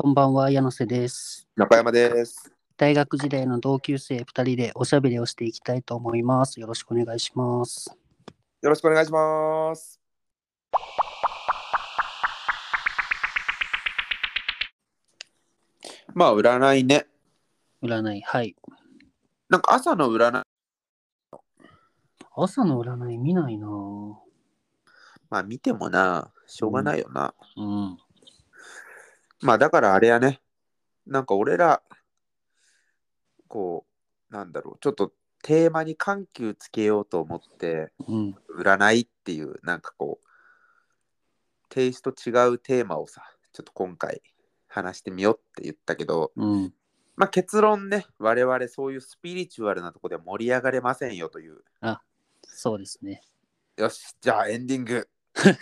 こんばんは、柳瀬です。 中山です。 大学時代の同級生2人でおしゃべりをしていきたいと思います。よろしくお願いします。 よろしくお願いします。まあ、占いね。 占い、はい。 なんか朝の占い、 朝の占い見ないなぁ。 まあ見てもな、しょうがないよな。 うん。 まあだからあれやね。なんか俺ら、こなんだろう、ちょっとテーマに緩急つけようと思って、 うん。 占いっていう、テイスト違うテーマをさ、ちょっと今回話してみようって言ったけど、 うん。 まあ結論ね、我々そういうスピリチュアルなとこで盛り上がれませんよという。 あ、そうですね。 よし、じゃあエンディング。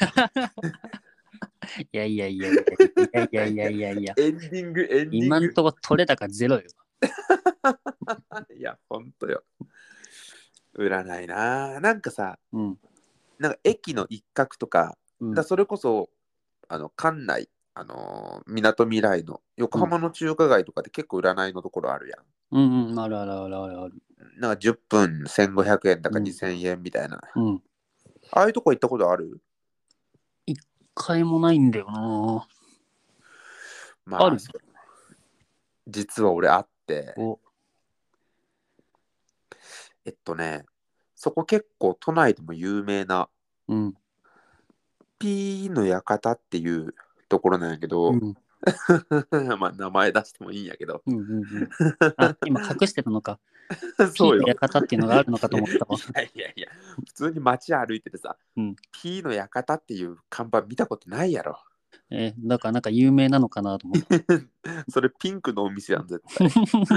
いやいやいやいやいやいやいやいやいや。 エンディング、エンディング。 今んとこ取れ高ゼロよ。 いや、ほんとよ。占いな。なんかさ、 うん。 なんか駅の一角とか、 うん。 それこそ、館内、みなとみらいの横浜の中華街とかで結構占いのところあるやん。 うんうん。あるあるあるあるある。 なんか10分1500円だかうん。 2000円みたいな。 うん。 ああいうとこ行ったことある？ 一回もないんだよな。あまあ、 る。 実は俺あって、 お。 えっとね、そこ結構都内でも有名なうん。 ピーの館っていうところなんやけど、 うん。 まあ名前出してもいいんやけど、 うんうんうん。あ、今隠してたのか。P そうよ。 の館っていうのがあるのかと思ったいわ。 やいやいや、普通に街歩いててさ、 うん。 P の館っていう看板見たことないやろ。 だからなんか有名なのかなと思って。 それピンクのお店やん、絶対。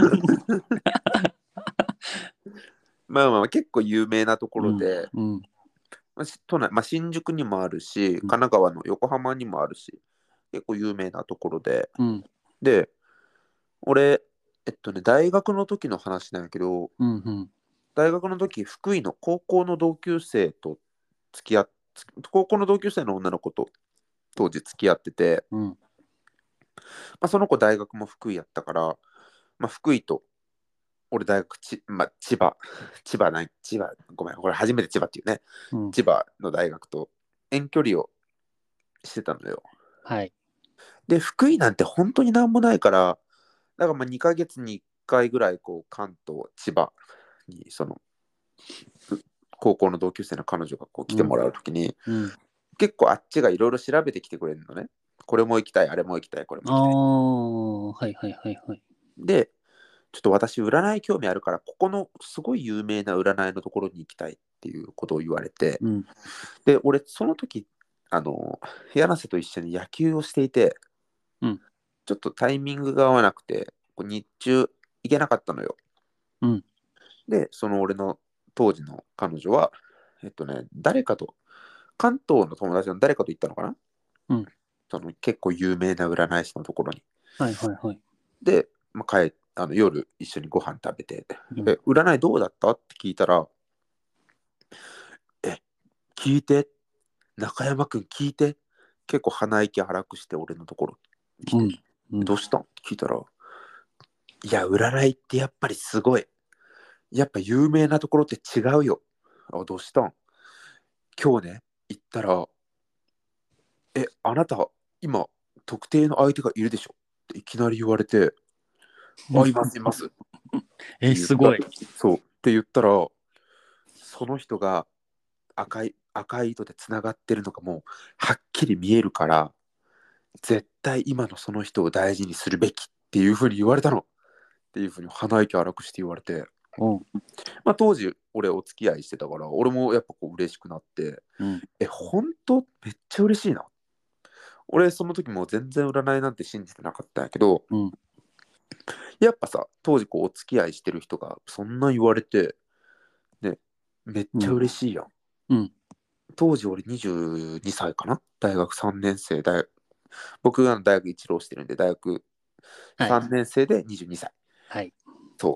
まあまあ、結構有名なとこうん。 ろで、 うん。 都内、まあ、新宿にもあるし、神うん。 奈川の横浜にもあるし、結構有名なところで、 うん。 で、俺、大学の時の話なんやけど、 うん。 大学の時、福井の高校の同級生と付き合っ、高校の同級生の女の子と当時付き合ってて、 うん。 まあ、その子大学も福井やったから、まあ、福井と俺大学まあ、千葉、ごめん、これ初めて千葉っていうね、 うん。 千葉の大学と遠距離をしてたのよ。 はい。 で、福井なんて本当になんもないから、だからまあ2ヶ月に1回ぐらいこう関東、千葉にその高校の同級生の彼女がこう来てもらうときに、 うん。 結構あっちがいろいろ調べてきてくれるのね。これも行きたい、あれも行きたい、これもあ行きたい。 あ、はいはいはいはい。 で、ちょっと私、占い興味あるから、ここのすごい有名な占いのところに行きたいっていうことを言われて、 うん。 で、俺、その時、柳瀬と一緒に野球をしていて、 うん。 ちょっとタイミングが合わなくて、こう日中行けなかったのよ。 うん。 で、その俺の当時の彼女は、誰かと、関東の友達の誰かと行ったのかな。 うん。 その結構有名な占い師のところに。 はいはいはい。 で、まあ、夜一緒にご飯食べて、 うん。 占いどうだったって聞いたら、え、聞いて、中山くん聞いて、結構鼻息荒くして俺のところに来て、 うん。うん。 どうしたんって聞いたら、いや、占いってやっぱりすごい。やっぱ有名なところって違うよ。あ、どうしたん？今日ね、行ったら、あなた、今、特定の相手がいるでしょっていきなり言われて、あ、います、いますって言った。 すごい。 そう。って言ったら、その人が赤い糸でつながってるのがもうはっきり見えるから、絶対今のその人を大事にするべきっていうふうに言われたのっていうふうに鼻息荒くして言われて、 うん。 まあ、当時俺お付き合いしてたから、俺もやっぱこう嬉しくなって、 うん。 本当めっちゃ嬉しいな。俺その時も全然占いなんて信じてなかったんやけど、 うん。 やっぱさ、当時こうお付き合いしてる人がそんな言われて、ね、めっちゃうん。 嬉しいやん。 うん。 当時俺22歳かな、大学3年生、僕が大学一浪してるんで、大学はい。 3年生で22歳。 はい。 そう。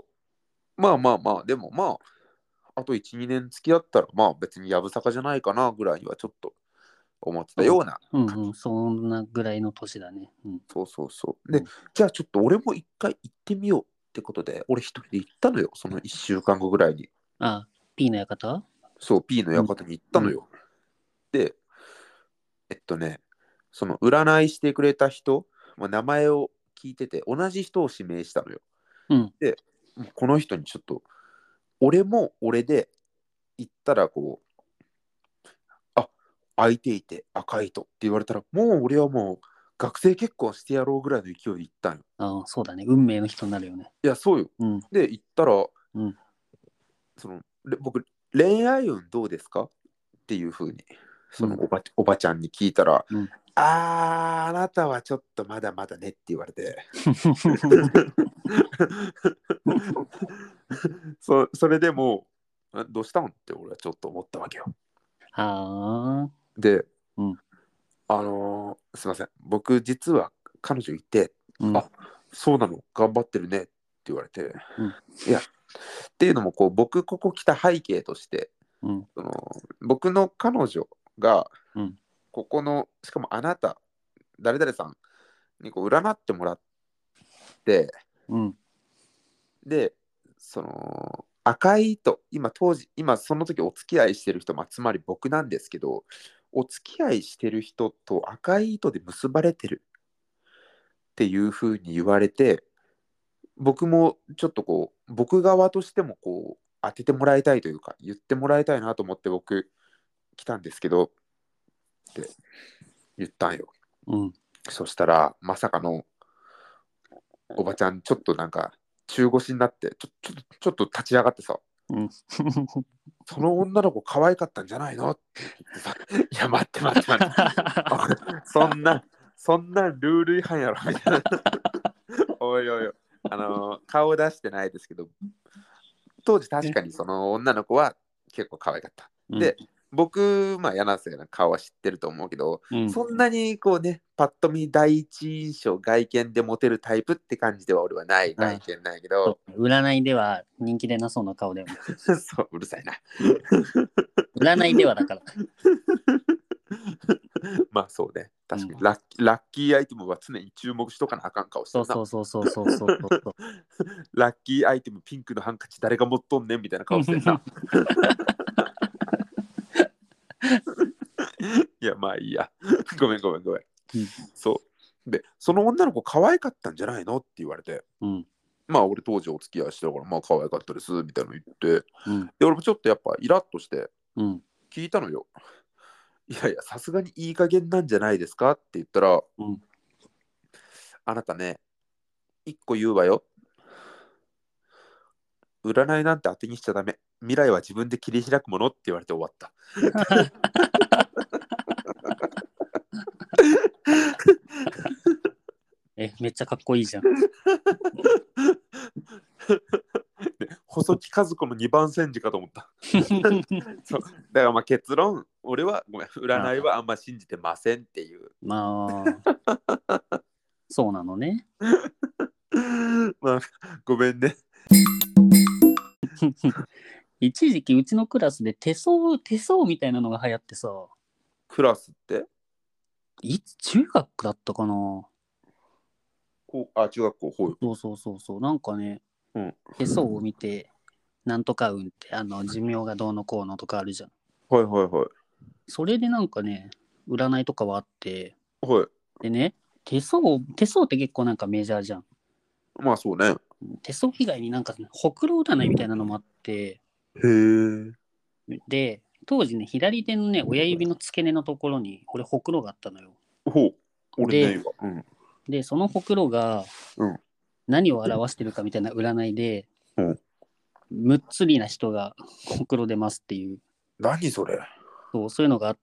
まあまあまあ、でもまあ、あと1、2年付き合ったら、まあ別にやぶさかじゃないかなぐらいにはちょっと思ってたような。 うんうん、そんなぐらいの年だね。うん。 そうそうそう。で、 うんじゃあちょっと俺も一回行ってみようってことで、俺一人で行ったのよ、その1週間後ぐらいに。 あ、P の館。 そう、P の館に行ったのよ。で、その占いしてくれた人、名前を聞いてて、同じ人を指名したのよ。 うん。 で、この人にちょっと、俺も俺で行ったらこう、あ、空いていて赤い糸って言われたら、もう俺はもう学生結婚してやろうぐらいの勢いで行ったんよ。 あ、そうだね。運命の人になるよね。 いや、そうよ。 うん。 で、行ったら、 うん。 僕、恋愛運どうですかっていうふうに、そのうんおばちゃんに聞いたら、 うんあなたはちょっとまだまだねって言われてそれでもどうしたのって俺はちょっと思ったわけよ。 はあ。 で、 うん。 すいません、僕実は彼女いて、 うん。 あ、そうなの、頑張ってるねって言われて、 うんいや、っていうのもこう僕ここ来た背景として、 うん僕の彼女がうんここの、しかもあなた誰々さんにこう占ってもらって、 うんでその赤い糸、今その時お付き合いしてる人、つまり僕なんですけど、お付き合いしてる人と赤い糸で結ばれてるっていう風に言われて、僕もちょっとこう僕側としてもこう当ててもらいたいというか言ってもらいたいなと思って僕来たんですけどって言ったんよ。 うん。 そしたらまさかのおばちゃん、ちょっとなんか中腰になってちょっと立ち上がってさ、 うん。 その女の子可愛かったんじゃないのって言ってさ、いや待って待って待ってそんなルール違反やろみたいなおいおいおい、顔出してないですけど、当時確かにその女の子は結構可愛かった。で、僕、柳瀬の顔は知ってると思うけど、そんなにこうね、パッと見第一印象、外見でモテるタイプって感じでは俺はない外見なんやけど、 占いでは人気出なそうな顔だよね。 そう、うるさいな。 占いではだから。 まあそうね、確かにラッキーアイテムは常に注目しとかなあかん顔してるな。 そう。 ラッキーアイテムピンクのハンカチ誰が持っとんねんみたいな顔してるな。いやまあいいや。ごめん。そうで、その女の子可愛かったんじゃないのって言われて、まあ俺当時お付き合いしてたから、まあ可愛かったですみたいなの言って、で俺もちょっとやっぱイラッとして聞いたのよ。いやさすがにいい加減なんじゃないですかって言ったら、あなたね、一個言うわよ。占いなんて当てにしちゃダメ。未来は自分で切り開くものって言われて終わった。 めっちゃかっこいいじゃん。 細木和子の2番煎じかと思った。そうだから結論、俺はごめん、占いはあんま信じてませんっていう。 まあ、そうなのね。 まあ、ごめんね。 一時期うちのクラスで手相みたいなのが流行ってさ。 クラスって中学だったかな。 中学校、ほい。そう。なんかね、手相を見て、なんとか運って寿命がどうのこうのとかあるじゃん。 はい。 それでなんかね、占いとかはあって、 はい。 でね、手相って結構なんかメジャーじゃん。 まあそうね。 手相以外になんか、ほくろ占いみたいなのもあって、 へえ。 で、当時ね、左手のね、親指の付け根のところに、これほくろがあったのよ。 ほう。俺ね、 で、そのほくろが何を表してるかみたいな占いで、むっつりな人がほくろ出ますっていう。 何それ。 そういうのがあって、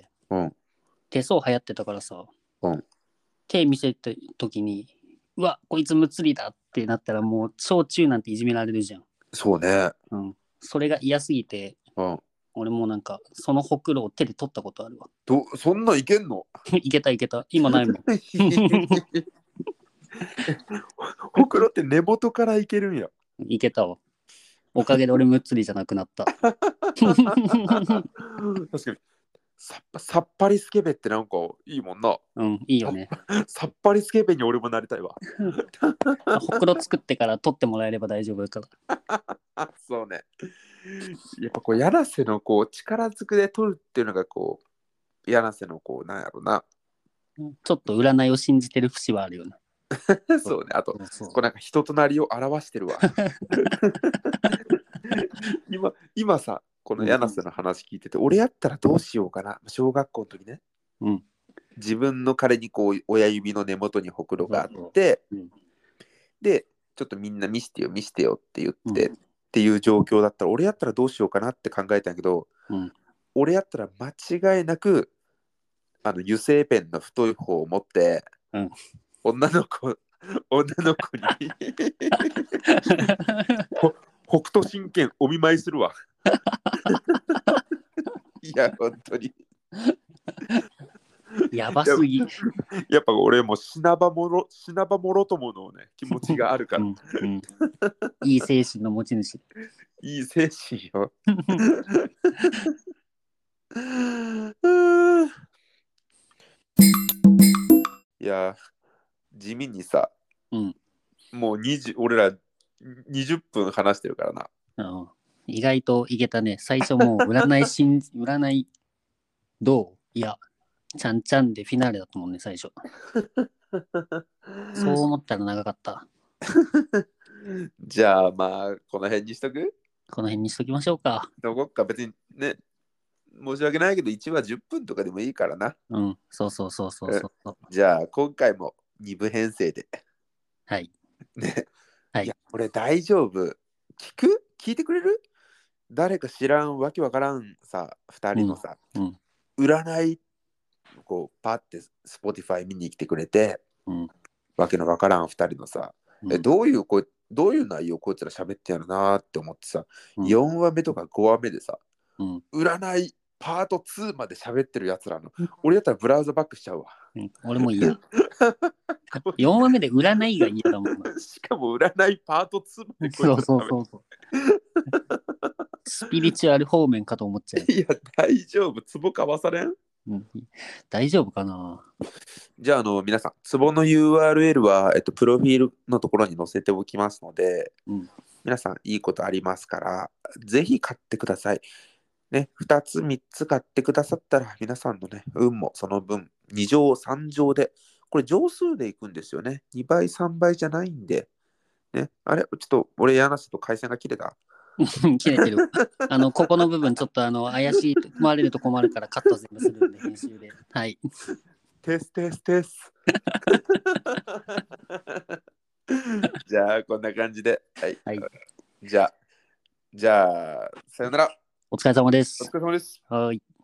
手相流行ってたからさ、手見せた時に、うわ、こいつむっつりだってなったらもう小中なんていじめられるじゃん。 そうね。 それが嫌すぎて、俺もなんかそのほくろを手で取ったことあるわ。 そんなんいけんの？ いけた。今ないもん。 ほくろって根元からいけるんや。 いけたわ。おかげで俺むっつりじゃなくなった。 確かに。 さっぱりスケベってなんかいいもんな。 うん、いいよね。 さっぱりスケベに俺もなりたいわ。 ほくろ作ってから取ってもらえれば大丈夫だかあ、そうね。やっぱこう柳瀬のこう力ずくで取るっていうのがこう柳瀬のこうなんやろな。 ら。ちょっと占いを信じてる節はあるよね。 そうね。あとそうこうなんか人となりを表してるわ。今さこの柳瀬の話聞いてて、俺やったらどうしようかな。小学校の時ね。 うん。 自分の彼にこう親指の根元にほくろがあって、 うん、 でちょっとみんな見してよって言って、 うん、 っていう状況だったら俺やったらどうしようかなって考えたんやけど、 うん、 俺やったら間違いなく油性ペンの太い方を持って、 うん、 女の子に北斗神拳お見舞いするわ。いや本当にやばすぎ。 やっぱ俺も死なばもろともの、ね、気持ちがあるから、 うんうん、いい精神の持ち主。 いい精神よ。いや地味にさ、 うん、 もう俺ら20分話してるからな。 うん、意外といけたね。最初もう占いどういや、ちゃんちゃんでフィナーレだったもんね、最初。そう思ったら長かった。 じゃあまあこの辺にしとく？ この辺にしときましょうか。 どこか別にね、申し訳ないけど1話10分とかでもいいからな。 うん、そうそうそうそうそう。 じゃあ今回も2部編成で。 はい。 ね。 はい。 いや、これ大丈夫？聞いてくれる？誰か知らんわけわからんさ、2人のさ、占いこうパッて Spotify 見に来てくれて、わけのわからん2人のさ、どういう内容こいつら喋ってやるなって思ってさ、4話目とか5話目でさ、占いパート2まで喋ってるやつらの、俺やったらブラウザバックしちゃうわ。 俺もいいや。4話目で占いが嫌だもんな。 しかも占いパート2までそう。スピリチュアル方面かと思っちゃう。 いや、大丈夫。ツボかわされん？ 大丈夫かな。 じゃあ、皆さん、ツボの URL は、プロフィールのところに載せておきますので、皆さん、いいことありますから、ぜひ買ってください。ね、2つ、3つ買ってくださったら、皆さんのね、運もその分、2乗、3乗で、これ、乗数でいくんですよね。2倍、3倍じゃないんで。ね、あれ、ちょっと、俺、柳瀬と回線が切れた。 切れてる。ここの部分、ちょっと怪しいと思われると困るから、カット全部するんで、編集で。はい。 テス。じゃあ、こんな感じで。はい。じゃあ、さよなら。 お疲れ様です。 お疲れ様です。 はい。